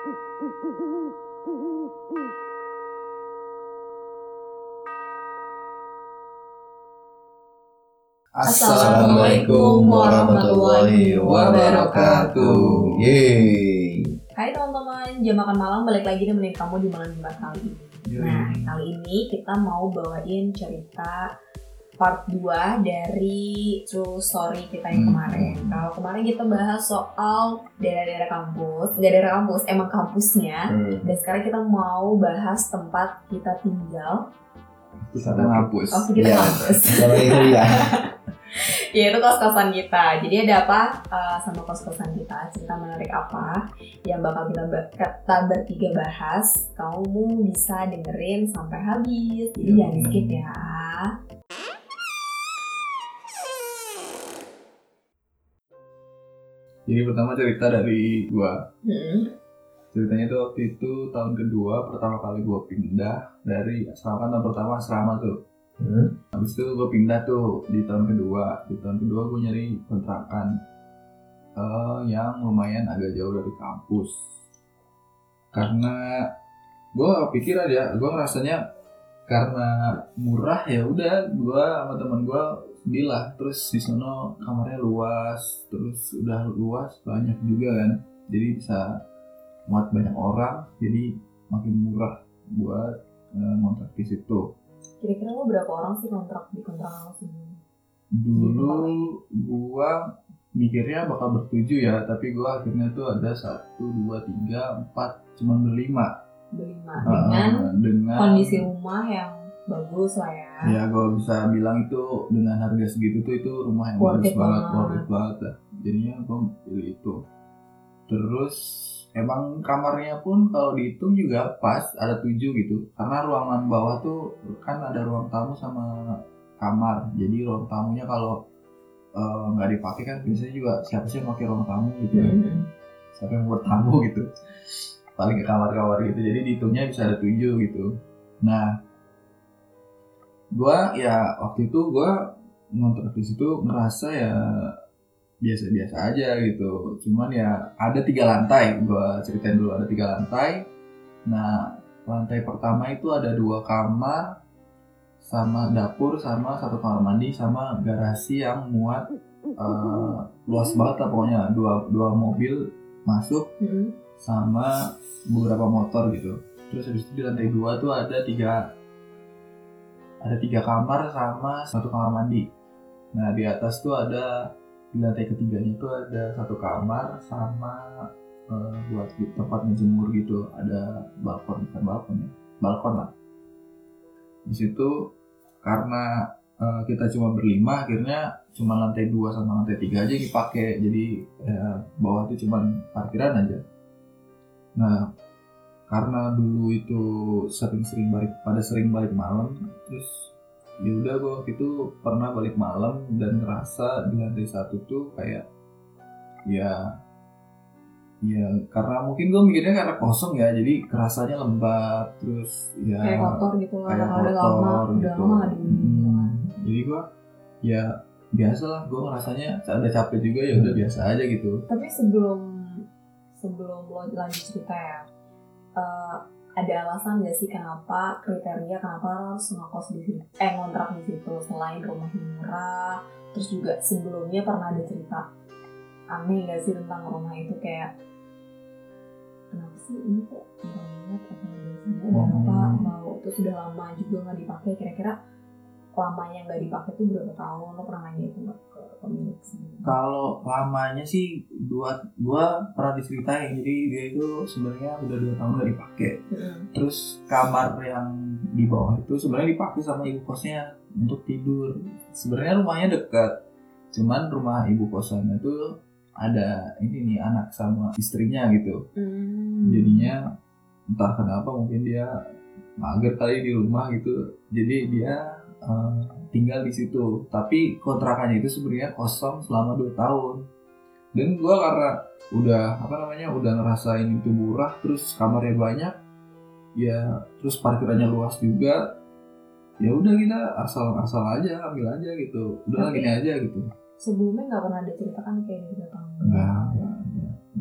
Assalamualaikum warahmatullahi wabarakatuh. Yeay. Hai teman-teman, jam makan malam balik lagi nemenin kamu di malam Jumat kali ini. Nah, kali ini kita mau bawain cerita part 2 dari true story kita yang kemarin. Kalau kemarin kita bahas soal daerah-daerah kampus, emang kampusnya. Dan sekarang kita mau bahas tempat kita tinggal. Kita ngampus. Oh, kita ngampus. Ya itu kos-kosan kita. Jadi ada apa sama kos-kosan kita, cerita menarik apa yang bakal kita bertiga bahas. Kamu bisa dengerin sampai habis, jadi jangan skip ya. Jadi pertama cerita dari gua. Ceritanya tuh waktu itu tahun kedua, pertama kali gua pindah dari asrama. Kan tahun pertama asrama tuh. Habis itu gue pindah tuh di tahun kedua. Di tahun kedua gue nyari kontrakan yang lumayan agak jauh dari kampus. Karena gue pikir aja, gue ngerasanya karena murah ya udah gue sama teman gue bilah. Terus di sono kamarnya luas, terus udah luas banyak juga kan. Jadi bisa muat banyak orang, jadi makin murah buat ngontrak di situ. Kira-kira lo berapa orang sih kontrak di kontrakan lo sebelumnya? Dulu gua mikirnya bakal bertujuh ya, tapi gua akhirnya tuh ada 1, 2, 3, 4, cuma berlima. Dengan kondisi rumah yang bagus lah ya. Ya gua bisa bilang itu dengan harga segitu tuh itu rumah yang worth bagus banget, worth it banget lah. Jadinya gua pilih itu. Terus emang kamarnya pun kalau dihitung juga pas ada 7 gitu. Karena ruangan bawah tuh kan ada ruang tamu sama kamar. Jadi ruang tamunya kalau nggak dipakai kan biasanya juga siapa sih yang pakai ruang tamu gitu kan. Siapa yang buat tamu gitu. Paling ke kamar-kamar gitu. Jadi dihitungnya bisa ada 7 gitu. Nah, waktu itu gua ngontrak di situ ngerasa ya biasa-biasa aja gitu. Cuman ya ada 3 lantai, gue ceritain dulu ada 3 lantai. Nah, lantai pertama itu ada 2 kamar sama dapur sama 1 kamar mandi sama garasi yang muat luas banget lah pokoknya. Dua mobil masuk sama beberapa motor gitu. Terus habis itu di lantai 2 tuh ada 3 kamar sama 1 kamar mandi. Nah, di atas tuh ada di lantai ketiganya itu ada 1 kamar sama buat tempat menjemur gitu, ada balkon lah. Di situ karena kita cuma berlima, akhirnya cuma lantai 2 sama lantai 3 aja yang dipakai, jadi bawah itu cuma parkiran aja. Nah, karena dulu itu sering balik malam, terus ya udah gue waktu itu pernah balik malam dan ngerasa di lantai 1 tuh kayak ya karena mungkin gue mikirnya karena kosong ya, jadi kerasanya lembab, terus ya kayak kotor gitu lah, kayak kotor gitu. Jadi gue ya biasa lah, gue ngerasanya ada capek juga ya udah biasa aja gitu. Tapi sebelum lo lanjut cerita ya, ada alasan nggak sih kriteria kenapa harus ngekos di situ, ngontrak di situ selain rumahnya murah? Terus juga sebelumnya pernah ada cerita aneh nggak sih tentang rumah itu, kayak kenapa sih ini kok banget terus sudah lama juga nggak dipakai? Kira-kira lamanya nggak dipakai tuh berapa tahun? Lo pernah nanya itu nggak ke pemilik sendiri? Kalau lamanya sih gua pernah diceritain, jadi dia itu sebenarnya udah 2 tahun nggak dipakai. Terus kamar yang di bawah itu sebenarnya dipakai sama ibu kosnya untuk tidur. Sebenarnya rumahnya dekat, cuman rumah ibu kosannya tuh ada ini nih anak sama istrinya gitu. Jadinya entah kenapa mungkin dia mager kali di rumah gitu, jadi dia tinggal di situ. Tapi kontrakannya itu sebenarnya kosong selama 2 tahun. Dan gue karena udah ngerasain itu murah, terus kamarnya banyak, ya terus parkirannya luas juga, ya udah kita asal aja ambil aja gitu. Udah gini aja gitu. Sebelumnya nggak pernah ada cerita kan kayak gitu datang? Nggak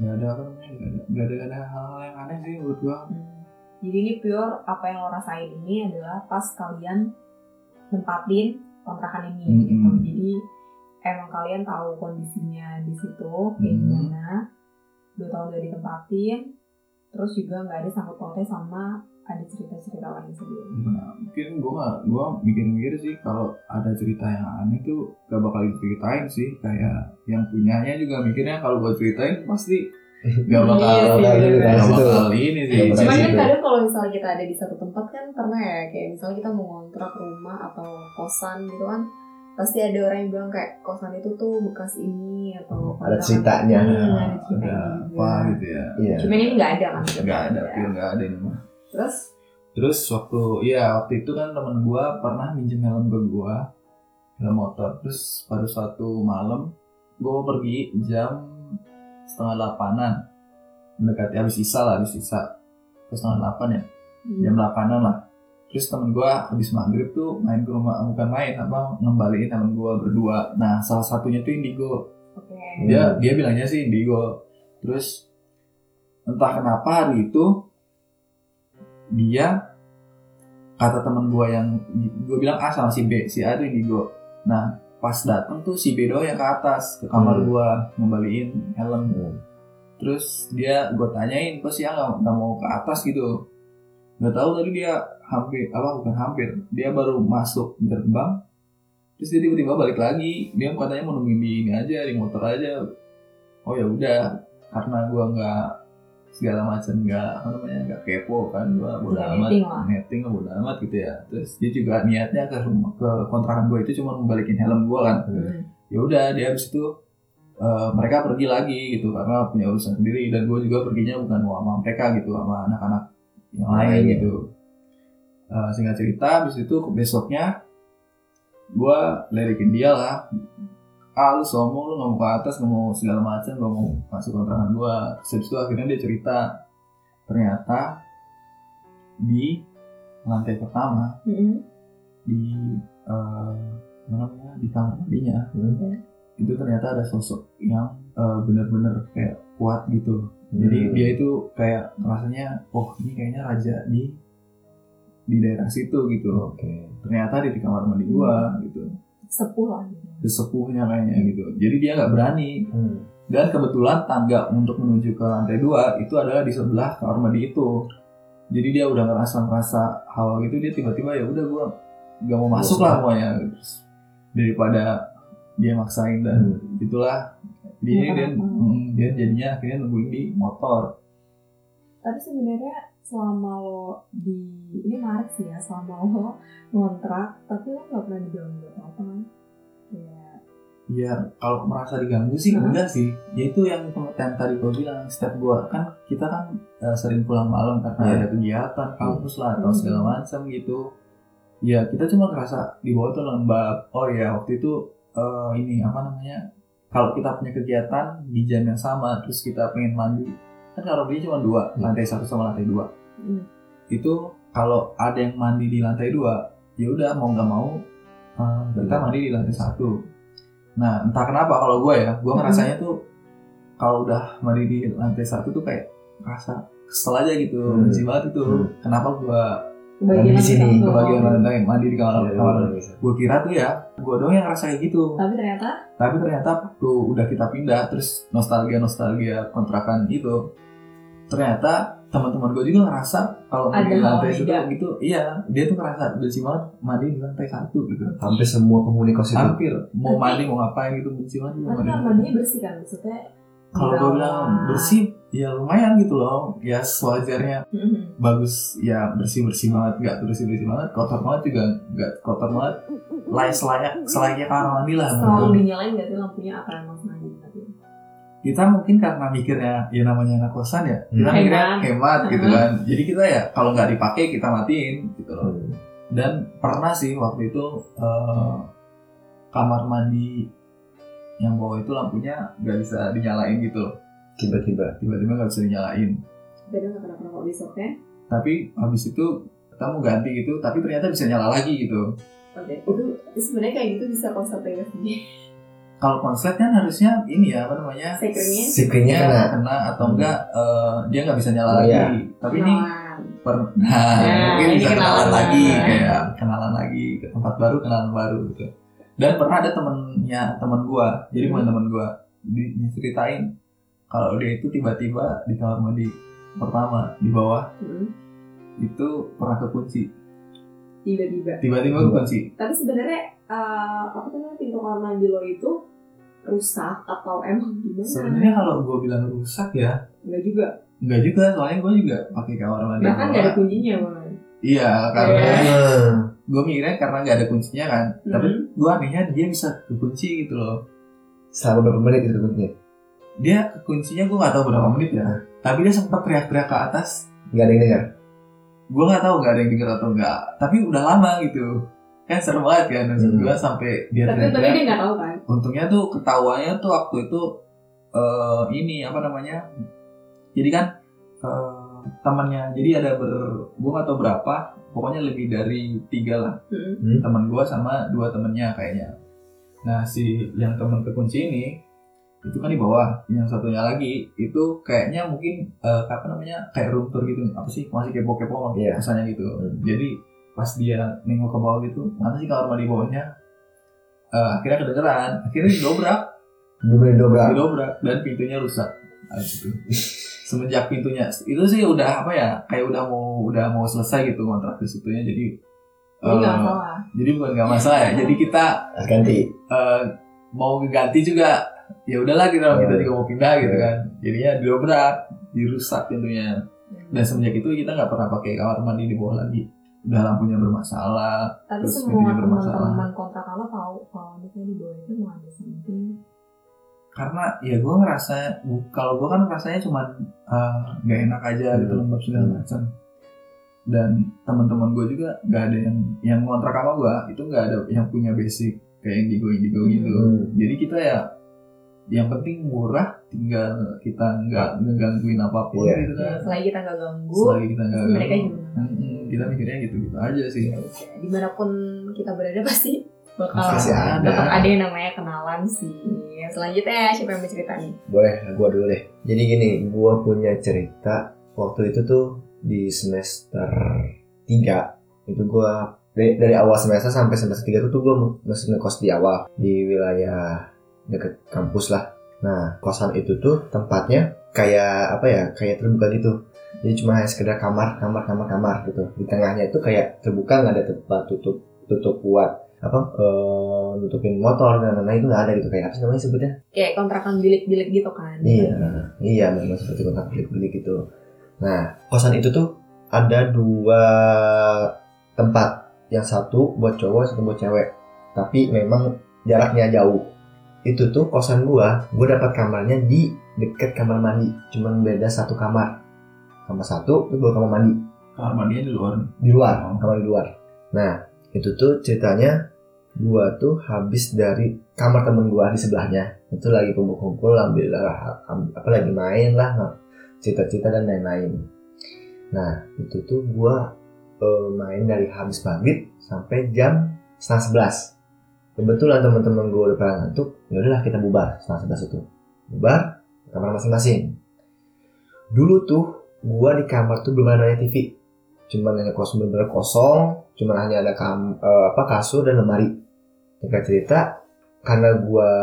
nggak ada apa namanya, nggak ada hal-hal yang aneh sih menurut gua. Jadi ini pure apa yang lo rasain ini adalah pas kalian nempatin kontrakan ini gitu. Jadi emang kalian tahu kondisinya di situ kayak gimana, 2 tahun udah ditempatin, terus juga nggak ada sangkut pautnya sama ada cerita-cerita lain sebelumnya. Nah, mungkin gua mikir-mikir sih kalau ada cerita yang aneh tuh gak bakal diceritain sih, kayak yang punyanya juga mikirnya kalau gua ceritain pasti gak bakal ini sih. Cuman kan kadang kalau misalnya kita ada di satu tempat kan pernah ya, kayak misalnya kita mau ngontrak rumah atau kosan gitu kan, pasti ada orang yang bilang kayak kosan itu tuh bekas ini atau ada ceritanya, ada apa gitu ya. Iya. Cuman ini nggak ada kan? Nggak ada ini mah. Terus waktu itu kan teman gua pernah minjem helm ke gua, helm motor. Terus pada suatu malam gua pergi jam 7:30, mendekati habis sisa ke 7:30 ya, jam 8-an lah. Terus temen gue habis maghrib tuh main ke rumah, bukan main apa, ngembaliin helm gue berdua. Nah salah satunya tuh Indigo. Dia bilangnya sih Indigo. Terus entah kenapa hari itu dia kata temen gue yang gue bilang A sama si B, si A tuh Indigo. Nah pas dateng tuh si B doang yang ke atas ke kamar gue ngembaliin helm. Terus dia gue tanyain kok si A nggak mau ke atas gitu. Nggak tahu tadi dia dia baru masuk gerbang, terus dia tiba-tiba balik lagi. Dia katanya mau nungguin di ini aja, di motor aja. Oh ya udah, karena gue nggak segala macam nggak kepo kan, gue bodo amat, netting bodo amat gitu ya. Terus dia juga niatnya ke kontrakan gue itu cuma membalikin helm gue kan. Ya udah dia habis itu mereka pergi lagi gitu karena punya urusan sendiri, dan gue juga perginya bukan sama mereka gitu, sama anak-anak yang lain gitu. Singkat cerita, habis itu besoknya gue lirikin dia lah, lu sombong, lu gak mau ke atas, gak mau segala macam, gak mau masuk kontrakan gue. Habis itu akhirnya dia cerita, ternyata di lantai pertama di di kamar mandinya itu ternyata ada sosok yang benar-benar kayak kuat gitu. Jadi dia itu kayak rasanya, ini kayaknya raja di daerah situ gitu. Ternyata di kamar mandi gua gitu. Sepuh lah. Sesepuhnya kayaknya gitu. Jadi dia nggak berani. Dan kebetulan tangga untuk menuju ke lantai 2 itu adalah di sebelah kamar mandi itu. Jadi dia udah ngerasa hawa gitu, dia tiba-tiba ya udah gua nggak mau masuk lah pokoknya. Daripada dia maksain dan itulah. Dia jadinya akhirnya nungguin di motor. Tapi sebenarnya selama lo ini menarik sih ya, selama lo ngontrak tapi lo nggak pernah diganggu apa kan? Ya kalau merasa diganggu sih enggak sih. Ya itu yang tadi gue bilang, setiap gue kan kita kan sering pulang malam karena ada kegiatan kampus lah atau segala macam gitu. Ya kita cuma ngerasa di bawah tuh lembab. Oh ya waktu itu ini apa namanya? Kalau kita punya kegiatan di jam yang sama, terus kita pengen mandi, kan kamar mandi cuma 2, lantai 1 sama lantai 2. Itu kalau ada yang mandi di lantai 2, ya udah mau nggak mau kita mandi di lantai 1. Nah entah kenapa kalau gue ngerasanya tuh kalau udah mandi di lantai 1 tuh kayak ngerasa kesel aja gitu, benci banget itu. Kenapa gue kebagian lantai mandi di kamar. Gue kira tuh gue doang yang ngerasa kayak gitu. Tapi ternyata tuh udah kita pindah, terus nostalgia kontrakan itu, ternyata teman-teman gue juga ngerasa kalau mandi di lantai itu gitu. Iya, dia tuh ngerasa benci banget mandi di lantai 1 gitu. Hampir semua penghuni kos itu. Hampir mau mandi mau ngapain gitu benci banget. Tapi kamar mandinya bersih kan, maksudnya? Kalau gue bilang bersih, ya lumayan gitu loh. Ya sewajarnya bagus, ya bersih banget, nggak bersih banget, kotor banget juga nggak kotor banget. Selayaknya kamar mandi lah. Selalu dinyalain nggak sih lampunya apa emang sengaja? Kita mungkin karena mikirnya ya namanya anak kosan ya, kita mikirnya hemat gitu kan. Jadi kita ya kalau nggak dipakai kita matiin gitu loh. Dan pernah sih waktu itu kamar mandi yang bawah itu lampunya nggak bisa dinyalain gitu loh. Tiba-tiba nggak bisa dinyalain. Beda nggak kenapa besoknya? Tapi habis itu kita mau ganti gitu, tapi ternyata bisa nyala lagi gitu. Oke, itu sebenarnya kayak gitu bisa konsep sendiri. kalau konslet kan harusnya ini ya apa namanya? Screennya kena atau enggak dia nggak bisa nyala lagi. Iya. Tapi ini mungkin bisa kenalan lagi kayak kenalan lagi ke tempat baru, kenalan baru gitu. Dan pernah ada teman gua, jadi bukan teman gua, diceritain kalau dia itu tiba-tiba di kamar mandi pertama di bawah itu pernah kekunci. Tiba-tiba kekunci. Tapi sebenarnya pintu kamar mandi lo itu rusak atau emang gimana? Sebenarnya kalau gua bilang rusak ya, Enggak juga, soalnya gue juga pakai kamar mandi. Bahkan nggak ada kuncinya, Bang. Iya, karena gue mikirnya karena nggak ada kuncinya kan. Tapi gue anehnya dia bisa kekunci gitu loh. Selama berapa menit itu kuncinya? Dia kekuncinya gue nggak tahu berapa menit ya. Tapi dia sempat teriak-teriak ke atas. Nggak ada yang dengar. Gue nggak tahu nggak ada yang dengar atau enggak. Tapi udah lama gitu. Kan serem banget kan. Gue sampai dia teriak-teriak. Tapi dia nggak tahu kan. Untungnya tuh ketahuannya tuh waktu itu ini apa namanya? Jadi kan temannya, jadi ada gue nggak tahu berapa, pokoknya lebih dari 3 lah teman gue sama 2 temennya kayaknya. Nah si yang teman kekunci ini itu kan di bawah, yang satunya lagi itu kayaknya mungkin apa namanya kayak room tour gitu, apa sih masih kepo-kepo kesannya gitu. Jadi pas dia nengok ke bawah gitu, mana sih kamar mandi bawahnya, akhirnya kedengeran, akhirnya didobrak dan pintunya rusak. Semenjak pintunya itu sih udah apa ya, kayak udah mau selesai gitu kontrak di situnya, jadi nggak masalah. Jadi bukan nggak masalah ya, jadi kita ganti mau ganti juga ya udahlah kita juga mau pindah gitu kan, jadinya diobrak, dirusak pintunya. Dan semenjak itu kita nggak pernah pakai kamar mandi di bawah lagi, udah lampunya bermasalah. Tapi semua teman-teman kontrak kalau tahu kalau misalnya di bawah itu mau ada something. Karena ya gue ngerasa, kalau gue kan rasanya cuma nggak enak aja gitu, lembab segala macam. Dan teman-teman gue juga nggak ada yang ngontrak sama gue itu nggak ada yang punya basic kayak indigo gitu. Jadi kita ya yang penting murah, tinggal kita nggak ngegangguin apapun gitu kan. Selagi kita nggak ganggu, mereka juga. Kita mikirnya gitu aja sih. Dimanapun kita berada pasti bakal ada. Tetap ada yang namanya kenalan sih. Selanjutnya siapa yang mau cerita nih? Boleh, gue dulu deh. Jadi gini, gue punya cerita waktu itu tuh di semester 3. Itu gue dari awal semester sampai semester 3 tuh gue masih ngekos di awal di wilayah deket kampus lah. Nah, kosan itu tuh tempatnya kayak apa ya? Kayak terbuka gitu. Jadi cuma hanya sekedar kamar gitu. Di tengahnya itu kayak terbuka, nggak ada tempat tutup buat nutupin motor dan lain-lain, itu nggak ada gitu, kayak apa sih namanya sebutnya? Kayak kontrakan bilik-bilik gitu kan? Iya memang seperti kontrak bilik-bilik gitu. Nah kosan itu tuh ada 2 tempat, yang satu buat cowok, satu buat cewek, tapi memang jaraknya jauh. Itu tuh kosan gue dapat kamarnya di deket kamar mandi, cuman beda 1 kamar. Kamar 1 itu 2 kamar mandi. Kamar mandinya di luar? Kamar di luar. Nah itu tuh ceritanya gua tuh habis dari kamar temen gua di sebelahnya, itu lagi kumpul-kumpul ambil apa lagi main lah, cerita-cerita dan lain-lain. Nah itu tuh gua main dari habis maghrib sampai jam 10:30. Kebetulan teman-teman gua udah pada ngantuk, ya udahlah kita bubar 10:30 itu, bubar kamar masing-masing. Dulu tuh gua di kamar tuh belum ada TV, cuman hanya bener-bener kosong, cuman hanya ada kasur dan lemari. Singkat cerita, karena gue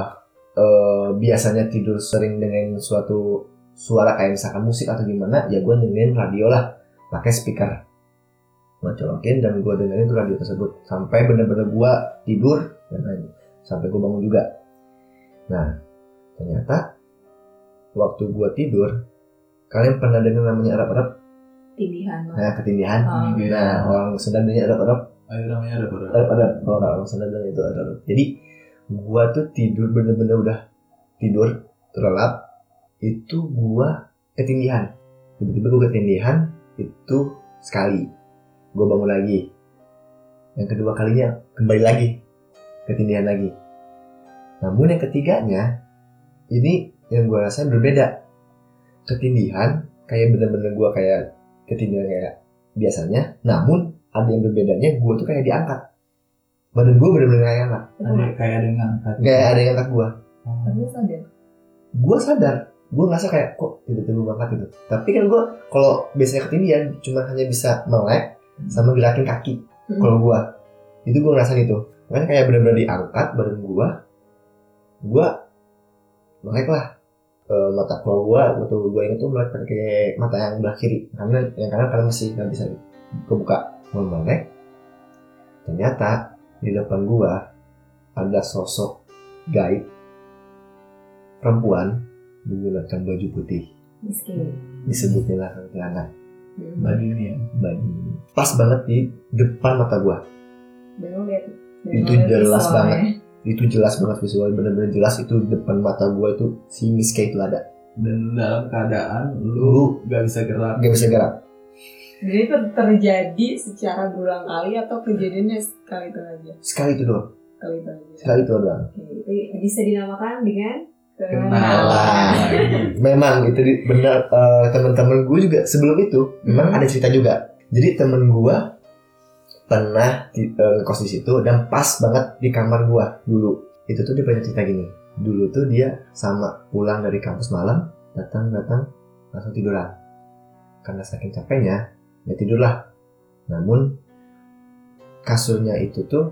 biasanya tidur sering dengan suatu suara kayak misalkan musik atau gimana, ya gue dengerin radio lah pakai speaker, gue colokin dan gue dengerin tuh radio tersebut sampai bener-bener gue tidur dan lain, sampai gue bangun juga. Nah ternyata waktu gue tidur, kalian pernah dengar namanya Arab-Arab? Ketindihan. Ketindihan. Nah orang Sunda namanya Arab-Arab. Namanya ada. Kalau orang Sunda bilang itu ada. Jadi gua tuh tidur bener-bener udah tidur terlelap, itu gua ketindihan. Tiba-tiba gua ketindihan itu sekali, gua bangun lagi. Yang kedua kalinya kembali lagi ketindihan lagi. Namun yang ketiganya ini yang gua rasain berbeda. Ketindihan kayak bener-bener gua kayak ketindihan kayak biasanya, namun ada yang berbedanya, gue tuh kayak diangkat. badan gue bener-bener gak enak. Kayak ada yang ngangkat. Kayak ada yang ngangkat gue. Tapi lu sadar? Gue sadar. Gue ngerasa kayak kok tiba-tiba gue angkat gitu. Tapi kan gue kalau biasanya ketindihan cuma hanya bisa melek sama gerakin kaki. Kalau gue itu gue ngerasain itu. Makanya kayak bener-bener diangkat badan gue melek lah. Mata kalau gue inget tuh melek pakai mata yang belah kiri. Karena yang kanan masih nggak bisa kebuka. Gue melek. Ternyata di depan gue ada sosok gaib perempuan menggunakan baju putih. Disebutnya lah kuntilanak. Badi. Pas banget di depan mata gue. Itu jelas banget. Itu jelas banget visual, benar-benar jelas itu depan mata gue itu si Miss K itu ada. Dan dalam keadaan lu gak bisa gerak. Jadi itu terjadi secara berulang kali atau kejadiannya sekali itu aja? Sekali itu doang. Sekali itu doang. Oke. Bisa dinamakan dengan kenalan. Memang itu benar, teman-teman gue juga sebelum itu memang ada cerita juga. Jadi temen gue pernah ngekos di situ dan pas banget di kamar gue dulu. Itu tuh dia pernah cerita gini. Dulu tuh dia sama pulang dari kampus malam, datang langsung tiduran. Karena saking capeknya dia tidurlah. Namun kasurnya itu tuh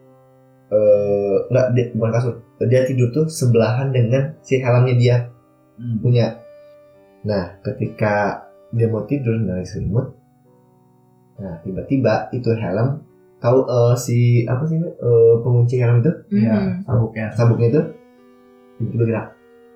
bukan kasur. Dia tidur tuh sebelahan dengan si helmnya dia punya. Nah, ketika dia mau tidur narik selimut, nah tiba-tiba itu helm tahu si apa sih pengunci helm itu? Iya, sabuknya itu tiba-tiba gerak.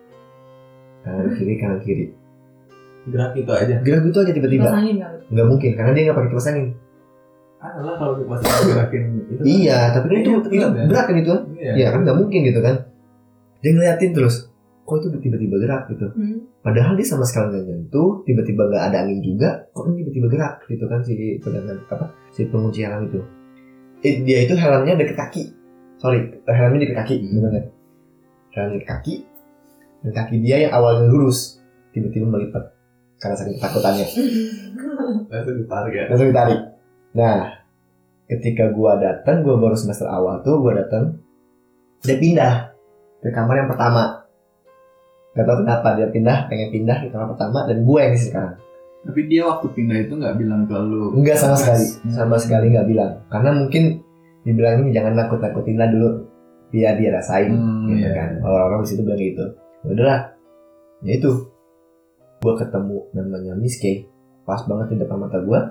Kanan kiri. Gerak itu aja tiba-tiba. Kipas angin kali? Nggak mungkin karena dia nggak pakai kipas angin. Adalah kalau kipas angin gerakin itu. Iya, tapi kan itu gerak kan itu? Iya kan nggak mungkin gitu kan? Dia ngeliatin terus, kok itu tiba-tiba gerak gitu. Padahal dia sama sekali nggak nyentuh, tiba-tiba nggak ada angin juga, kok ini tiba-tiba gerak gitu kan si pengunci helm itu. Dia itu helmnya dekat kaki. Helmnya dekat kaki, gimana? Helmnya dekat kaki, dan kaki dia yang awalnya lurus tiba-tiba melipat. Karena saking ketakutannya langsung ditarik. Nah, ketika gua datang, gua baru semester awal tuh gua datang, dia pindah ke kamar yang pertama. Gak tau kenapa dia pengen pindah ke kamar pertama dan gua yang di sekarang. Tapi dia waktu pindah itu nggak bilang ke lu? Enggak, sama sekali nggak bilang. Karena mungkin dibilang ini jangan nakut-nakutin lah dulu, biar dia rasain, gitu kan. Orang-orang di situ bilang gitu. Ya udahlah, ya itu. Gue ketemu namanya Miss K pas banget di depan mata gue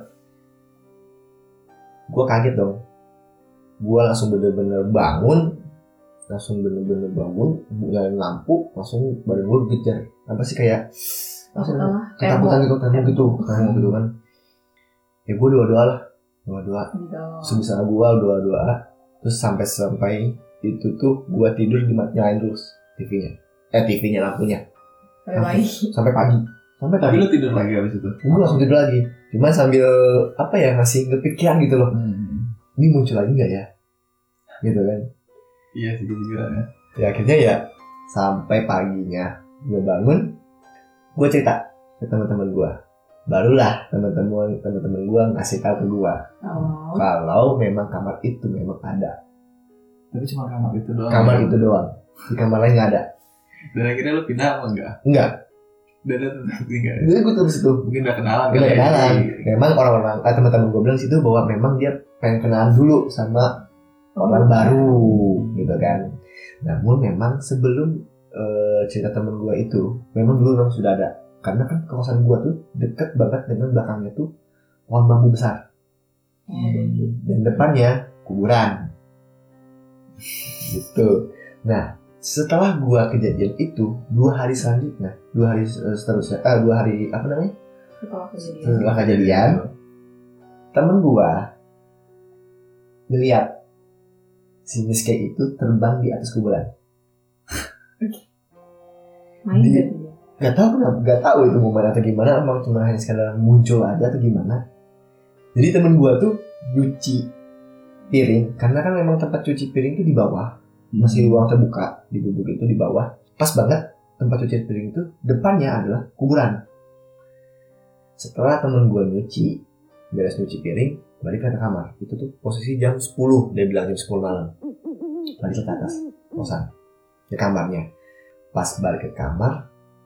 kaget dong. Gue langsung bener-bener bangun, nyalain lampu, langsung badan gue gejar. Apa sih kayak ketakutan gitu kan. Ya gue doa sebisa gue doa. Terus sampai itu tuh gue tidur nyalain terus TV-nya lampunya sampai pagi. Tapi lu tidur lagi abis itu? Gue langsung tidur lagi. Cuman sambil ngasih kepikiran gitu loh. Ini muncul lagi gak ya? Gitu kan. Iya sih gitu ya. Ya akhirnya ya sampai paginya gue bangun, gue cerita ke teman-teman gue. Barulah teman-teman gue ngasih tahu ke gue kalau memang kamar itu memang ada. Tapi cuma kamar itu doang. Di kamar lain gak ada. Dan akhirnya lu pindah apa enggak? Enggak. Dan lu tetap tinggal. Jadi gue terus itu. Mungkin udah kenalan. Memang orang-orang teman-teman gue bilang situ bahwa memang dia pengen kenalan dulu sama orang baru, gitu kan. Namun memang sebelum cerita teman gue itu, memang dulu memang sudah ada. Karena kan kawasan gue tuh deket banget dengan belakangnya tuh pohon bambu besar. Dan depannya kuburan. Gitu. Nah, setelah gua kejadian itu 2 hari selanjutnya, 2 hari seterusnya, 2 hari setelah kejadian, temen gua ngeliat si Miss K itu terbang di atas kuburan. Gak tahu itu momen atau gimana, emang cuma hanya sekadar muncul aja atau gimana. Jadi temen gua tuh cuci piring, karena kan memang tempat cuci piring itu di bawah. Masih ruang terbuka di gubuk itu di bawah. Pas banget tempat cuci piring itu depannya adalah kuburan. Setelah temen gue beres nyuci piring, balik ke kamar. Itu tuh posisi jam 10, dia bilang jam 10 malam. Balik ke atas kosan, ke kamarnya. Pas balik ke kamar,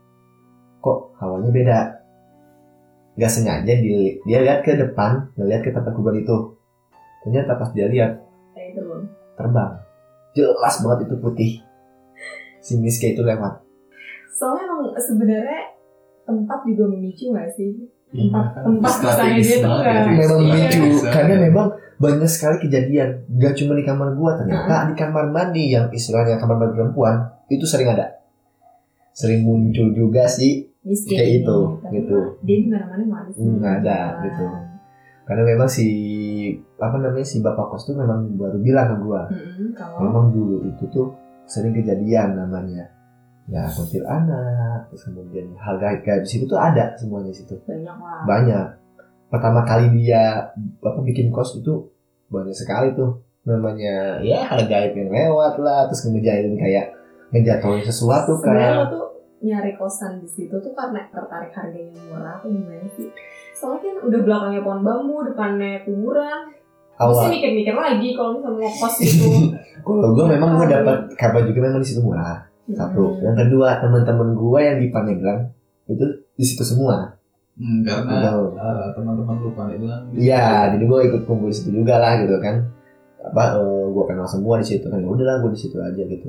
kok hawanya beda. Gak sengaja dia lihat ke depan, ngeliat ke tempat kuburan itu. Ternyata pas dia lihat, terbang. Jelas banget itu putih. Si Miske itu lewat. Soalnya emang sebenarnya tempat juga memicu gak sih? Tempat strategis dia tuh banget ya. Memang memicu, Iya. karena memang banyak sekali kejadian. Gak cuma di kamar gua, ternyata di kamar mandi yang istilahnya kamar mandi perempuan itu sering ada. Sering muncul juga sih Miskin kayak itu, tapi gitu. Dia di mana-mana nggak ada sih. Nggak ada, gitu. Karena memang si bapak kos tuh memang baru bilang ke gua, Kalau memang dulu itu tuh sering kejadian namanya. Ya kuntilanak, terus kemudian hal gaib-gaib di situ tuh ada semuanya di situ. banyak lah. Banyak. Pertama kali dia bikin kos itu banyak sekali tuh namanya ya hal gaib yang lewat lah, terus kemudian kayak ngejatuhin sesuatu Sebenarnya lo kan. tuh nyari kosan di situ tuh karena tertarik harganya murah atau gimana sih? Soalnya kan udah belakangnya pohon bambu, depannya kuburan. Terus Awal mikir-mikir lagi kalau misalnya mau kos gitu. kalau gue memang gue dapat kabar juga memang di situ murah. Satu. Yang kedua, teman-teman gue yang di Pandeglang itu di situ semua. Karena teman-teman lu Pandeglang. Iya, jadi gue ikut kumpul di situ juga lah gitu kan. Gue kenal semua di situ kan. Ya udahlah gue di situ aja gitu.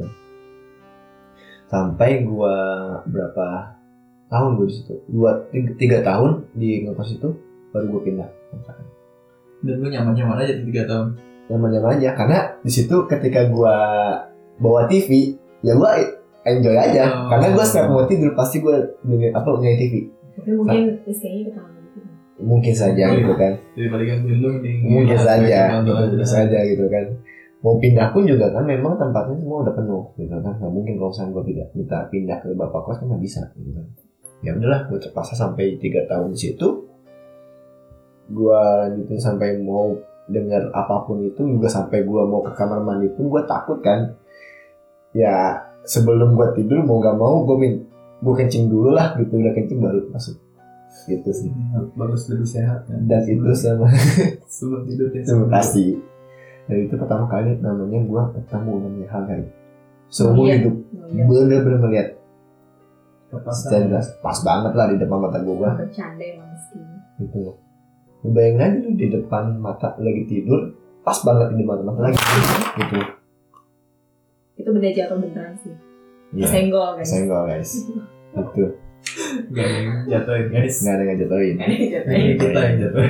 Sampai gue berapa tahun gue di situ? 3 tahun di ngekos itu baru gue pindah. Dan lu nyaman-nyaman aja di 3 tahun. Nyaman-nyaman aja karena di situ ketika gue bawa TV, ya gue enjoy aja. Karena gue setiap mau tidur pasti gue nyari TV. Tapi mungkin istrinya ketemu gitu. Mungkin saja gitu kan. Daripada gangguin lu nih. Mungkin saja gitu kan. Mau pindah pun juga kan memang tempatnya semua udah penuh gitu kan. Nggak mungkin kalau misalnya gue minta pindah ke bapak kos kan nggak bisa gitu kan. Ya udahlah gue terpaksa sampai 3 tahun di situ. Gue lanjutin sampai mau dengar apapun itu juga, sampai gue mau ke kamar mandi pun gue takut kan. Ya sebelum gue tidur mau nggak mau gue kencing dulu lah gitu, udah kencing baru masuk gitu sih. Bagus, lebih sehat kan. Dan itu sama sebelum tidur ya. pasti. Dan itu pertama kali namanya gue ketemu namanya hal gaib seumur hidup. Bener-bener ngeliat secara pas banget lah di depan mata gue. Bercanda emang sih. Gitu. Bayangin aja lu di depan mata lagi tidur, pas banget di depan mata lagi gitu. Itu benda jatuh beneran sih. Iya. Senggol guys. Gitu. Gak ada yang jatuhin guys. Nggak ada yang jatuhin. Ini kita yang jatuhin.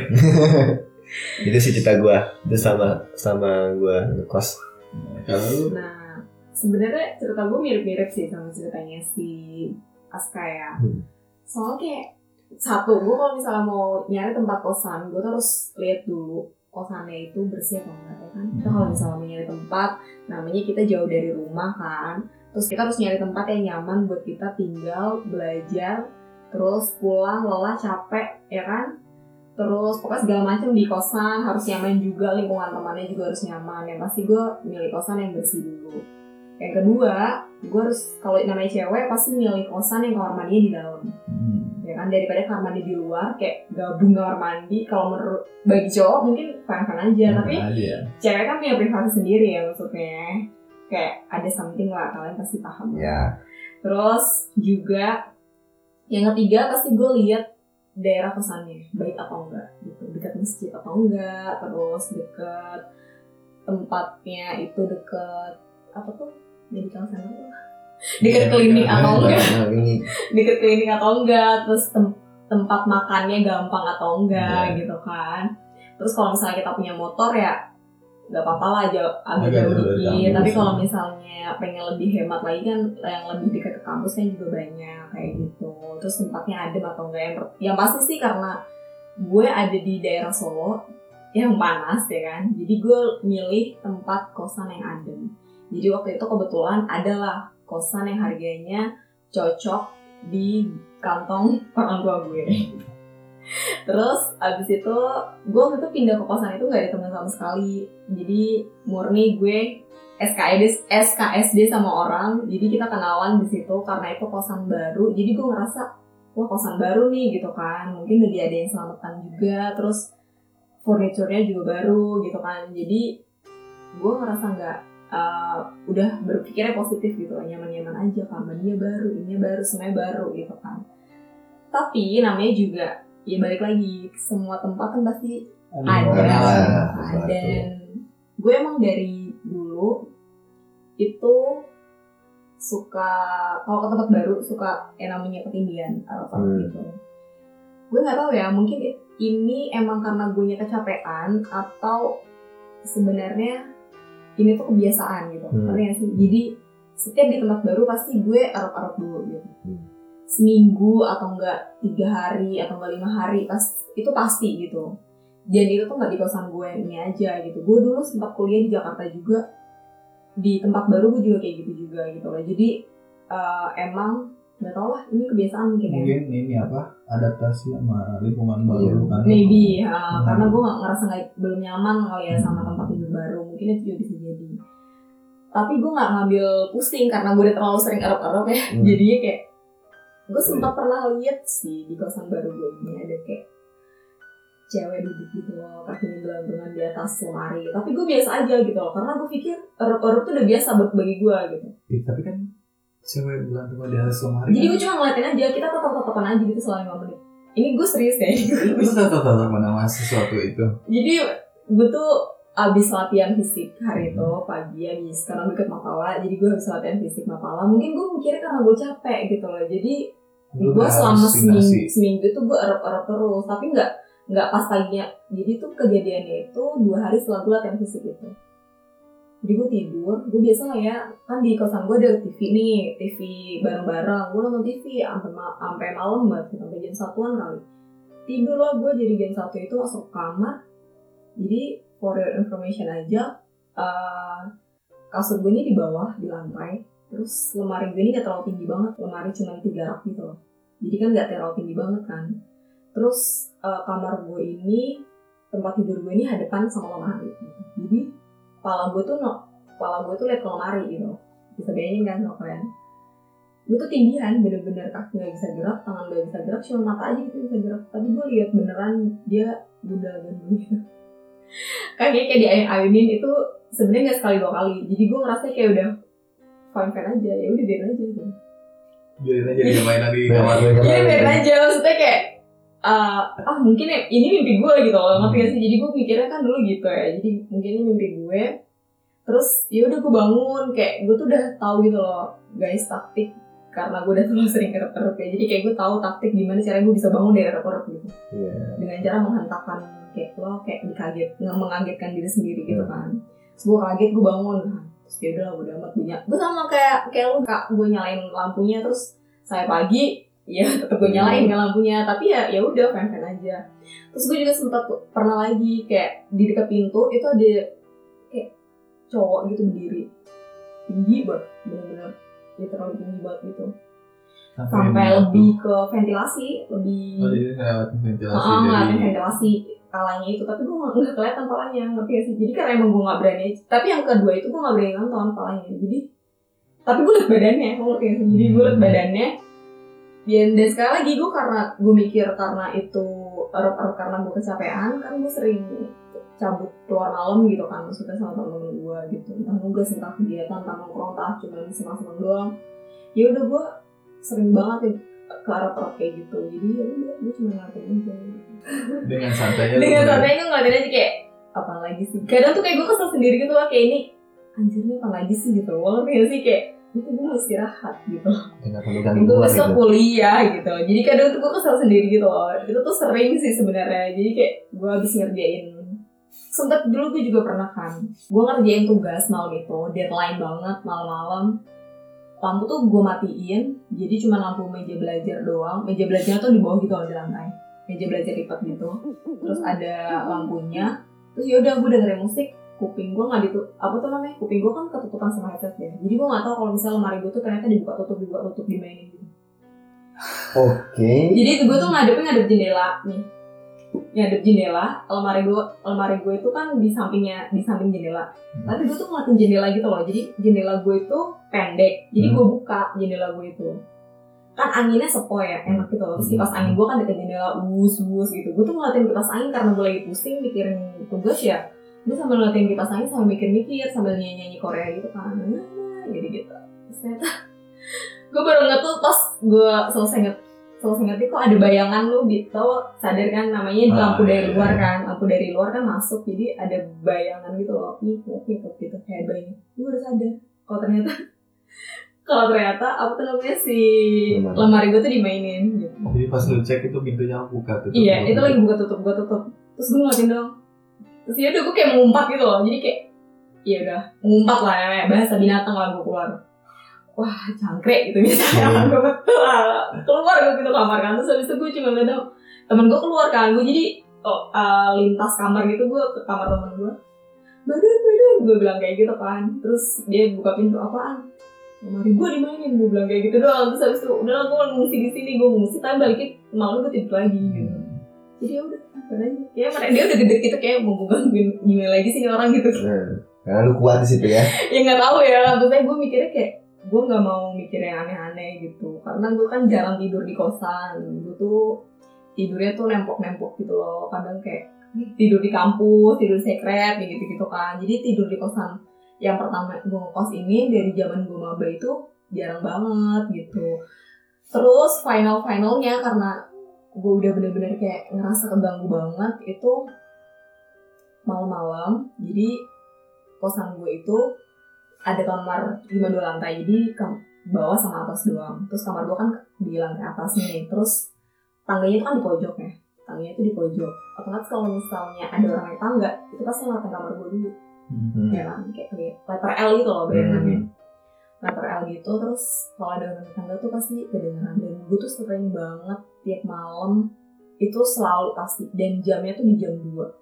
Itu sih cerita gue. Itu sama gue ngekos. Kalau lu Nah, sebenarnya cerita gue mirip-mirip sih sama ceritanya si Aska ya. Soalnya kayak satu, gue kalau misalnya mau nyari tempat kosan, gue harus lihat dulu kosannya itu bersih atau enggak ya kan. Kita kalau misalnya mau nyari tempat, namanya kita jauh dari rumah kan. Terus kita harus nyari tempat yang nyaman buat kita tinggal, belajar, terus pulang lelah, capek, ya kan. Terus pokoknya segala macam di kosan harus nyaman juga, lingkungan temannya juga harus nyaman. Yang pasti gue milih kosan yang bersih dulu. Yang kedua, gue harus, kalau namanya cewek pasti milih kosan yang kamar mandinya di dalam. Ya kan, daripada kamar mandi di luar kayak gabung kamar mandi. Kalau menurut bagi cowok mungkin fine-fine aja, tapi cewek kan punya privasi sendiri ya, maksudnya kayak ada something lah, kalian pasti paham. Ya. Terus juga yang ketiga pasti gue lihat daerah kosannya baik atau enggak gitu, dekat masjid atau enggak, terus dekat tempatnya itu dekat apa tuh, medical center tuh, dekat klinik atau enggak, dekat klinik atau enggak, terus tempat makannya gampang atau enggak gitu kan. Terus kalau misalnya kita punya motor ya nggak apa-apa lah, agak jauh dikit. Tapi kalau misalnya pengen lebih hemat lagi kan, yang lebih dekat ke kampus kan juga banyak kayak gitu. Terus tempatnya adem atau enggak, yang pasti sih karena gue ada di daerah Solo yang panas ya kan, jadi gue milih tempat kosan yang adem. Jadi waktu itu kebetulan adalah kosan yang harganya cocok di kantong orang tua gue. Terus abis itu gue waktu itu pindah ke kosan itu gak ada teman sama sekali. Jadi murni gue SKSD sama orang. Jadi kita kenalan di situ karena itu kosan baru. Jadi gue ngerasa wah kosan baru nih gitu kan, mungkin udah diadain selamatan juga. Terus furniture-nya juga baru gitu kan. Jadi gue ngerasa nggak udah berpikirnya positif gitu lah, nyaman-nyaman aja, kamarnya baru, ini baru, semuanya baru gitu kan. Tapi namanya juga ya balik lagi, semua tempat kan pasti ada. Dan gue emang dari dulu itu suka kalau ke tempat baru suka yang namanya ketindihan gitu. Gue nggak tahu ya, mungkin ini emang karena gue nya kecapean atau sebenarnya ini tuh kebiasaan gitu. Karena sih, jadi setiap di tempat baru pasti gue arep-arep dulu gitu. Seminggu atau enggak 3 hari atau enggak 5 hari itu pasti gitu. Dan itu tuh enggak di kosan gue ini aja gitu. Gue dulu sempat kuliah di Jakarta juga, di tempat baru gue juga kayak gitu juga gitu loh. Jadi emang nggak tau lah, ini kebiasaan mungkin ini adaptasi sama lingkungan baru kan. Maybe karena gue ngerasa belum nyaman kali ya sama tempat tidur baru, mungkin itu juga bisa jadi. Tapi gue nggak ngambil pusing karena gue udah terlalu sering arep-arep ya. Jadinya kayak gue sempat pernah lihat sih di kosan baru gue ini ada kayak cewek duduk gitu loh, kakinya gelantungan di atas lemari. Tapi gue biasa aja gitu loh, karena gue pikir arep-arep tuh udah biasa bagi gue gitu. Tapi kan cewek gelantungan di atas lemari. Jadi gue cuma ngeliatin aja, kita tetap-tetapan aja gitu selama 5 menit. Ini gue serius ya. Lu tetap-tetapan sama sesuatu itu. Jadi gue tuh abis latihan fisik hari itu pagi, abis karena deket Mapala, jadi gue abis latihan fisik Mapala. Mungkin gue mikirnya karena gue capek gitu loh. Jadi gue selama seminggu tuh gue erep-erep terus, tapi nggak pas paginya. Jadi tuh kejadiannya itu 2 hari setelah gue latihan fisik itu. Jadi gue tidur, gue biasa lah ya, kan di kosan gue ada TV nih, TV bareng-bareng. Gue nonton TV sampai malam banget, sampai jam 1-an kali. Tidur lah gue, jadi jam 1 itu masuk kamar. Jadi for your information aja, kasur gue ini di bawah, di lantai. Terus lemari gue ini gak terlalu tinggi banget, lemari cuma 3 rak gitu loh. Jadi kan gak terlalu tinggi banget kan. Terus kamar gue ini, tempat tidur gue ini hadapan sama lemari gitu. Jadi kepala gue tuh liat ke lemari gitu. Bisa bayangin kan sama kalian? Gue tuh tinggihan, bener-bener kaki gak bisa gerak, tangan gak bisa gerak, cuma mata aja gitu bisa gerak. Tapi gue liat beneran dia budal gitu. Kakinya kayak diayun-ayunin itu sebenarnya gak sekali 2 kali. Jadi gue ngerasa kayak udah fine aja, ya udah biarin aja gitu. Biarin aja dia main lagi di kamar. Iya biarin aja, maksudnya kayak mungkin ini mimpi gue gitu loh, ngerti gak sih? Jadi gue mikirnya kan dulu gitu ya, jadi mungkin ini mimpi gue. Terus ya udah gue bangun, kayak gue tuh udah tahu gitu loh guys taktik, karena gue udah terlalu sering erep-erep ya. Jadi kayak gue tahu taktik gimana caranya gue bisa bangun dari erep-erep gitu. Dengan cara menghentakkan kayak lo kayak mengagetkan diri sendiri gitu kan. Terus gue kaget, gue bangun kan. Terus ya udah gue damat bunyi. Gue sama kayak lo kak, gue nyalain lampunya, terus saya pagi ya tetap gue nyalain kan lampunya, tapi ya udah fine aja. Terus gue juga sempat pernah lagi kayak di dekat pintu itu ada kayak cowok gitu berdiri tinggi banget, bener-bener literally tinggi banget gitu, sampai lebih ke ventilasi, jadi ngelewatin ventilasi kalanya itu. Tapi gue nggak kelihatan palanya, ngerti gak sih? Jadi kan emang gue nggak berani. Tapi yang kedua itu gue nggak berani nonton palanya. Jadi tapi gue liat badannya, ngerti gak sih? Jadi gue liat badannya. Dan sekali lagi gue karena gue mikir karena itu erep-erep karena gue kecapean, kan gue sering cabut keluar malam gitu kan, maksudnya sama temen-temen gue gitu, entah nugas, entah kegiatan, entah nongkrong, entah cuma senang-senang doang. Ya udah gue sering banget ke erep-erep kayak gitu. Jadi ya udah gue cuma ngeliatin aja. Dengan santainya gue ngeliatin aja kayak apa lagi sih. Kadang tuh kayak gue kesel sendiri gitu lah, kayak ini anjir nih apa lagi sih gitu. Ngerti gak sih, kayak itu gue mau istirahat gitu. Gue besok kuliah gitu. Jadi kadang tuh gue kesel sendiri gitu loh. Itu tuh sering sih sebenarnya. Jadi kayak gue habis ngerjain. Sempet dulu gue juga pernah kan. Gue ngerjain tugas malam itu, deadline banget malam-malam. Lampu tuh gue matiin. Jadi cuma lampu meja belajar doang. Meja belajarnya tuh di bawah gitu loh, di lantai. Meja belajar lipat gitu. Terus ada lampunya. Terus yaudah gue dengerin musik. Kuping gue nggak kuping gue kan ketutupan sama headset ya, jadi gue nggak tahu kalau misalnya lemari gue tuh ternyata dibuka tutup dimainin gitu. Jadi gue tuh ngadep jendela nih, ngadep jendela. Lemari gue itu kan di samping jendela, tapi gue tuh ngeliatin jendela gitu loh. Jadi jendela gue itu pendek, jadi gue buka jendela gue itu. kan anginnya sepoi ya, enak gitu loh. Terus kipas angin gue kan deket jendela, bus gitu. Gue tuh ngeliatin kipas angin karena gue lagi pusing mikirin tugas ya. Gue sambil ngeliatin kipas angin sambil mikir-mikir sambil nyanyi Korea gitu kan, jadi gitu. Terus ternyata gue baru ngetuh pas gue selesai ngerti kok ada bayangan lu gitu, sadar kan namanya lampu dari luar kan, lampu dari luar kan masuk, jadi ada bayangan gitu loh, gitu kayak bayangan. Gue baru sadar kalau ternyata apa tuh namanya si lemari gue tuh dimainin gitu. Jadi pas lu cek itu pintunya buka tutup. Iya, itu lagi buka tutup, terus gue ngeliatin dong, terus ya udah gue kayak mengumpat gitu loh, jadi kayak ya udah mengumpat lah ya, bahasa binatang lah gue keluar. Wah, cangkrek gitu misalnya. Gue keluar gitu kamar kan. Terus habis itu gue cuma liat temen gue keluar kan. Gue jadi lintas kamar gitu, gue ke kamar temen gue. Badun, gue bilang kayak gitu kan. Terus dia buka pintu, apaan? Lemari gue dimainin, gue bilang kayak gitu doang. Terus habis itu udahlah gue ngungsi di sini, gue ngungsi tapi balikin malam gue tidur lagi gitu. Jadi ya udah, ya dia udah gede gitu kayak mau gangguin gimana lagi sih orang gitu. Karena lu kuat di situ ya. Ya nggak tahu ya, maksudnya gue mikirnya kayak gue nggak mau mikir yang aneh-aneh gitu, karena gue kan jarang tidur di kosan. Gue tuh tidurnya tuh nempok gitu loh, kadang kayak tidur di kampus, tidur sekret gitu kan. Jadi tidur di kosan yang pertama gue ngekos ini dari zaman gue maba itu jarang banget gitu. Terus finalnya karena gue udah bener-bener kayak ngerasa keganggu banget itu malam-malam. Jadi kosan gue itu ada kamar 5 lantai, jadi bawah sama atas doang. Terus kamar gue kan di lantai atas nih. Terus tangganya itu kan di pojok ya. Tangganya itu di pojok. Otomatis kalau misalnya ada orang naik tangga, itu pasti ngeliatin kamar gue dulu. Ya kan, kayak letter L gitu loh bayangannya. Letter L gitu, terus kalau ada orang naik tangga tuh pasti kedengeran. Dan gue tuh sering banget tiap malam itu selalu pasti. Dan jamnya tuh di jam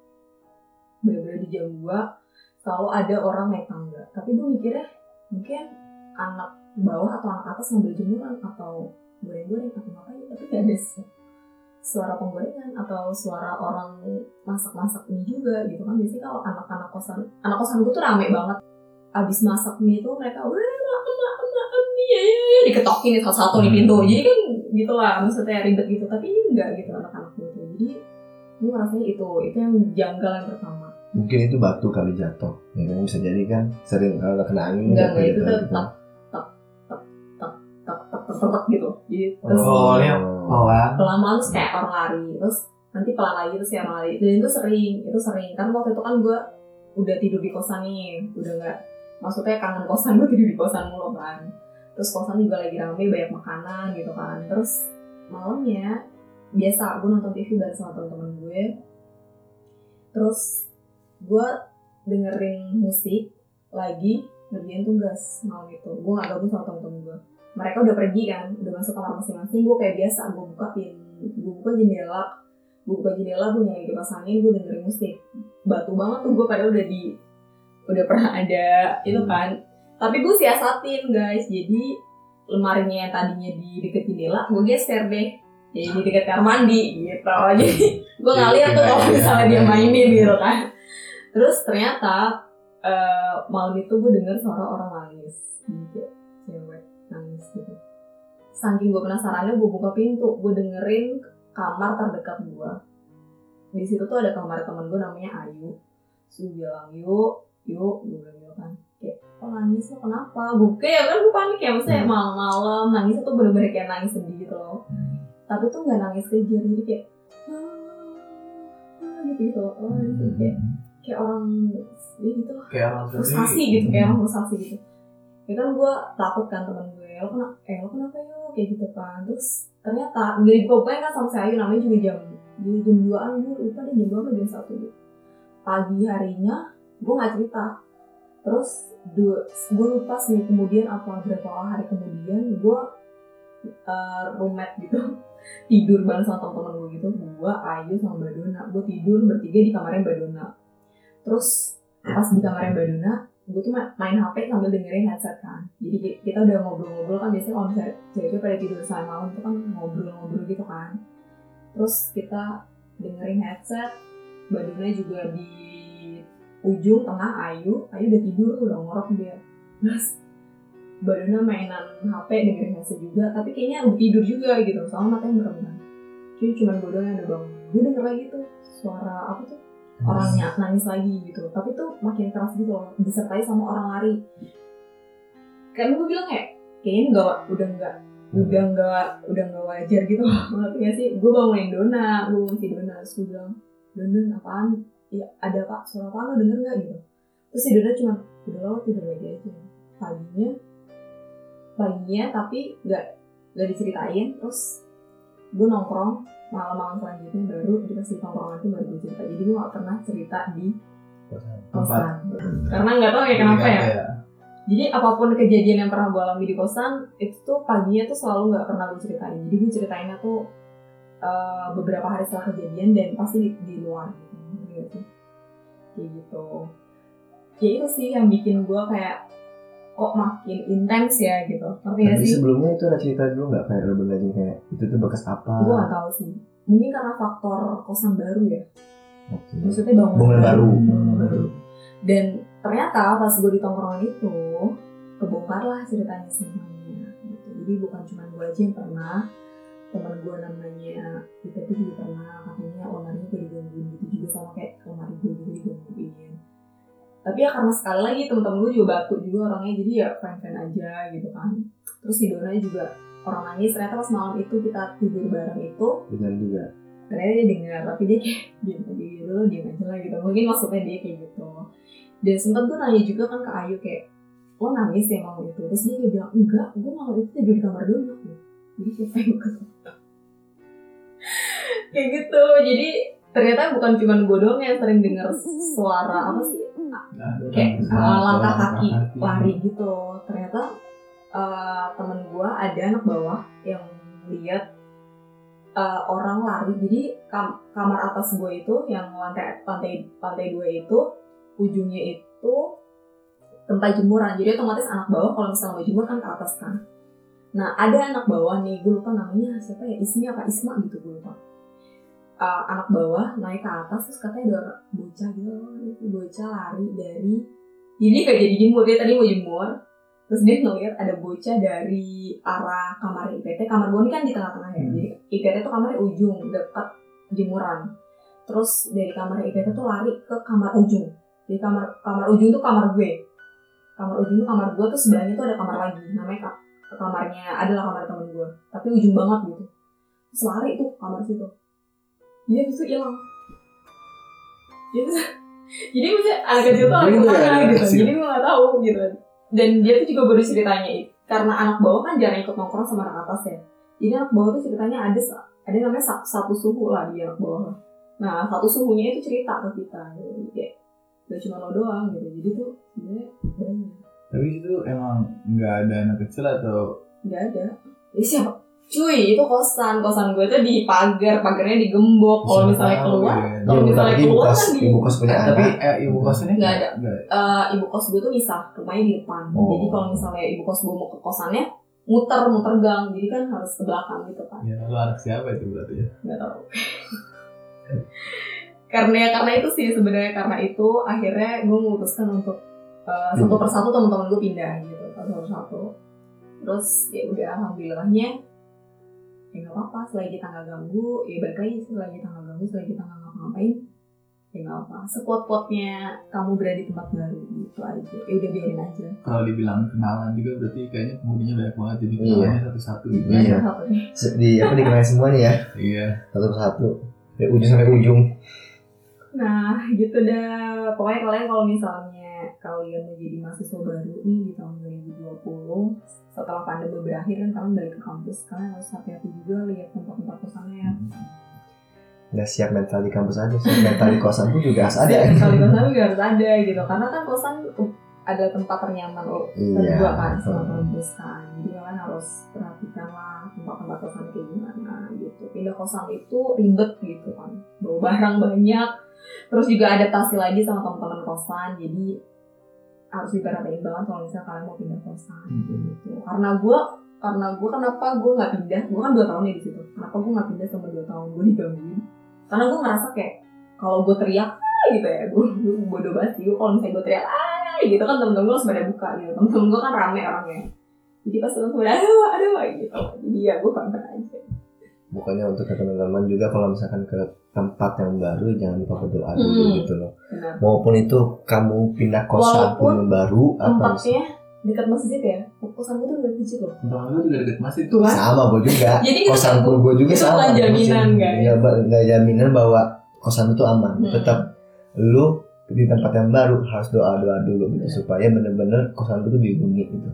2. Bener-bener di jam 2 selalu ada orang naik tangga. Tapi gue mikirnya mungkin anak bawah atau anak atas ngambil jemuran atau goreng-goreng atau ngapain, tapi gak ada suara penggorengan atau suara orang masak-masak mie juga gitu kan. Biasanya kalau anak kosan gue tuh rame banget. Abis masak mie tuh mereka wah mie ya diketokin satu-satu nih pintu. Jadi kan gitulah maksudnya ribet gitu. Tapi ini enggak gitu anak-anak gue tuh. Jadi gue ngerasanya itu yang janggal yang pertama. Mungkin itu batu kali jatuh, ya kan bisa jadi kan sering kalau kena angin enggak gitu. Itu tetap gitu. Jadi terus pelan-pelan terus kayak orang lari, terus nanti pelan lagi terus kayak orang lari. Dan itu sering kan waktu itu kan gue udah tidur di kosan nih, udah nggak, maksudnya kangen kosan, gue tidur di kosan mulu kan. Terus kosan juga lagi rame, banyak makanan gitu kan. Terus malamnya biasa gue nonton TV bareng sama temen-temen gue. Terus gue dengerin musik lagi ngerjain tugas malam itu. Gue gak gabung sama temen-temen gue, mereka udah pergi kan, udah masuk kamar masing-masing. Gue kayak biasa, gue buka jendela, gue nyalain kipas angin, gue dengerin musik. Batu banget tuh gue, padahal udah pernah ada itu kan. Tapi gue siasatin guys, jadi lemarinya yang tadinya di deket jendela gue geser deh jadi di deket kamar mandi gitu. Jadi gue ngeliat tuh kalau misalnya dia mainin gitu kan. Terus ternyata malam itu gue denger suara orang nangis, cewek nangis gitu. Saking gue penasarannya, gue buka pintu, gue dengerin kamar terdekat gue. Di situ tuh ada kamar temen gue namanya Ayu. Terus gue bilang yuk, gue bilang gitu kan. Kayak, kok nangis lo kenapa? Gue kayak kan gue panik ya, maksudnya malam-malam nangis tuh bener-bener kayak nangis sedih gitu loh. Tapi tuh nggak nangis kejar, jadi kayak gitu. Kayak orang gitu lah, frustasi gitu, kayak orang frustasi gitu. Ya kan gue takut kan temen gue, lo kenapa yuk kayak gitu kan. Terus ternyata nggak dibuka kan sama si Ayu, namanya juga jam 2an, gue lupa deh jam 2 atau jam 1 gitu. Pagi harinya gue nggak cerita. Terus gue lupa seminggu kemudian apa berapa hari kemudian gue roommate gitu tidur bareng sama teman-teman gue gitu. Gue, Ayu sama Mbak Dona, gue tidur bertiga di kamarnya Mbak Dona. Terus pas di kamarnya Mbak Dona, gue tuh main HP sambil dengerin headset kan. Jadi kita udah ngobrol-ngobrol kan, biasanya kalau misalnya cewek pada tidur selama malam itu kan ngobrol-ngobrol gitu kan. Terus kita dengerin headset, Mbak Dona juga di ujung tengah Ayu udah tidur, udah ngorok dia. Terus badannya mainan HP dengerin musik juga, tapi kayaknya udah tidur juga gitu, soalnya matanya merem. Jadi cuma gue doang yang udah bangun. Gue denger lagi tuh suara apa tuh, orangnya nangis lagi gitu, tapi tuh makin keras gitu loh, disertai sama orang lari. Kan gue bilang kayaknya udah nggak wajar gitu, ngerti nggak sih? Gue bangunin Dona, gue bangun si Dona, terus gue bilang, Don apaan? Ya ada pak, suara apa lo denger nggak gitu? Terus si Dona cuma udah lo tidur lagi aja. Paginya tapi nggak diceritain. Terus gue nongkrong malam-malam selanjutnya baru dikasih tongkrongan itu baru gue cerita. Jadi gue nggak pernah cerita di kosan karena nggak tahu kenapa ya. Jadi apapun kejadian yang pernah gue alami di kosan itu tuh paginya tuh selalu nggak pernah gue ceritain. Jadi gue ceritainnya tuh beberapa hari setelah kejadian dan pasti di luar gitu. Kayak gitu. Ya itu sih yang bikin gue kayak kok makin intens ya gitu. Ngerti gak sih? Sebelumnya itu ada cerita dulu nggak kayak urban legend kayak itu tuh bekas apa? Gue nggak tahu sih. Mungkin karena faktor kosan baru ya. Okay. Maksudnya bangunan baru. Dan ternyata pas gue di tongkrongan itu kebongkarlah ceritanya semuanya gitu. Jadi bukan cuma gue aja yang pernah, teman gue namanya itu juga pernah, katanya ownernya kayak digangguin gitu juga, sama kayak lemari gue juga digangguin. Tapi ya karena sekali lagi teman-teman gue juga batu juga orangnya, jadi ya fine-fine aja gitu kan. Terus si Dona juga orang nangis, ternyata pas malam itu kita tidur bareng itu benar juga. Ternyata dia dengar, tapi dia kayak diam aja lah gitu. Mungkin maksudnya dia kayak gitu. Dan sempat gue nanya juga kan ke Ayu kayak, lo nangis ya malam itu? Terus dia kayak bilang, enggak, gue malam itu tidur di kamar Dona gitu. Jadi siapa yang ketutup? Kayak gitu. Jadi ternyata bukan cuma gue doang yang sering dengar suara apa sih? Kayak langkah kaki lari gitu. Ternyata temen gue ada anak bawah yang lihat orang lari. Jadi kamar atas gue itu yang lantai 2 itu ujungnya itu tempat jemuran. Jadi otomatis anak bawah kalau misalnya mau jemur kan ke atas kan. Nah ada anak bawah nih, gue lupa namanya siapa ya, Ismi apa Isma gitu gue lupa. Anak bawah naik ke atas terus katanya ada bocah gitu, bocah lari dari, jadi gak jadi jemur, dia tadi mau jemur terus dia ngeliat ada bocah dari arah kamar IPT. Kamar gue ini kan di tengah-tengah ya, jadi IPT tuh kamarnya ujung dekat jemuran. Terus dari kamar IPT tuh lari ke kamar ujung. Jadi kamar ujung tuh kamar gue. Kamar ujung tuh kamar gue, tuh sebelahnya tuh ada kamar lagi, namanya kamarnya adalah kamar temen gue, tapi ujung banget gitu. Terus lari tuh kamar situ. Dia bisa hilang. Jadi maksudnya anak kecil tuh lari kemana gitu. Jadi gue gak tahu gitu. Dan dia tuh juga baru ceritanya karena anak bawah kan jarang ikut nongkrong sama anak atas ya. Jadi anak bawah tuh ceritanya ada namanya satu suhu lah di anak bawah. Nah satu suhunya itu cerita ke kita. Jadi kayak gak cuma lo doang gitu. Jadi tuh sebenarnya banyak. Tapi itu emang nggak ada anak kecil atau? Nggak ada. Ya siapa? Cuy, itu kosan gue tuh di pagarnya digembok. Kalau misalnya keluar, kan ibu kos punya anak. Tapi ibu kosnya nggak ada. Ibu kos gue tuh misah, rumahnya di depan. Jadi kalau misalnya ibu kos gue mau ke kosannya, muter gang, jadi kan harus ke belakang gitu kan. Ya, lu anak siapa itu berarti ya? Nggak tahu. karena itu sih sebenarnya, karena itu akhirnya gue memutuskan untuk satu persatu teman-teman gue pindah gitu, satu persatu. Terus ya udah alhamdulillahnya ya nggak apa-apa, selagi kita nggak ganggu ya balik lagi, selagi kita nggak ganggu, selagi kita nggak ngapa-ngapain ya nggak apa. Sekuat-kuatnya kamu berada di tempat baru gitu aja, ya udah biarin aja. Kalau dibilang kenalan juga berarti kayaknya penghuninya banyak banget, jadi kenalannya satu-satu gitu. Iya. Dikenalin semuanya ya. Iya. Satu persatu dari ujung sampai ujung. Nah gitu dah, pokoknya kalian kalau misalnya kalian mau jadi mahasiswa baru nih di tahun 2020 setelah pandemi berakhir kan, kalian balik ke kampus, kalian harus hati-hati juga lihat tempat-tempat kosannya. Nggak siap mental di kampus aja, siap mental di kosan pun juga harus ada. Mental di kosan juga harus ada gitu, karena kan kosan ada tempat ternyaman kedua kan selama kampus kan. Jadi kalian harus perhatikan lah tempat-tempat kosan kayak gimana gitu. Pindah kosan itu ribet gitu kan, bawa barang banyak, terus juga adaptasi lagi sama teman-teman kosan. Jadi harus diperhatiin banget kalau misalnya kalian mau pindah kosan gitu. Karena gue kenapa gue nggak pindah? Gue kan 2 tahun ya di situ. Kenapa gue nggak pindah selama 2 tahun? Gue digangguin. Karena gue ngerasa kayak kalau gue teriak gitu ya, gue bodoh banget sih. Kalau misalnya gue teriak gitu kan temen-temen gue harus pada buka gitu. Temen-temen gue kan rame orangnya. Jadi pas teman-teman ada gitu. Jadi ya gue konten aja. Bukannya untuk ke teman-teman juga kalau misalkan ke tempat yang baru jangan lupa berdoa dulu gitu loh. Benar. Maupun itu kamu pindah kosan pun yang baru atau tempatnya dekat masjid ya. Kosan gue tuh dekat masjid loh. Tempat gue juga dekat masjid Tuh kan? sama gue juga. Jadi kosan pun gue juga itu sama. bukan jaminan guys. Nggak jaminan bahwa kosan itu aman. Tetap lu di tempat yang baru harus doa dulu gitu supaya benar-benar kosan itu dilindungi gitu.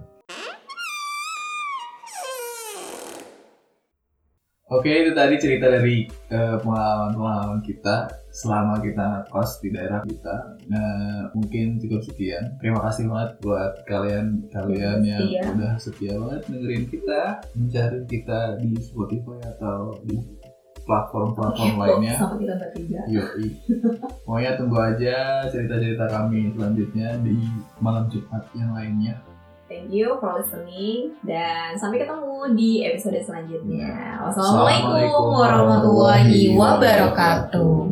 Oke, itu tadi cerita dari pengalaman kita selama kita kos di daerah kita. Mungkin cukup sekian. Terima kasih banget buat kalian yang udah setia banget dengerin kita, mencari kita di Spotify atau di platform-platform lainnya. Sama kita bertiga. Yoi. Pokoknya tunggu aja cerita-cerita kami selanjutnya di malam Jumat yang lainnya. Thank you for listening dan sampai ketemu di episode selanjutnya. Wassalamualaikum warahmatullahi wabarakatuh.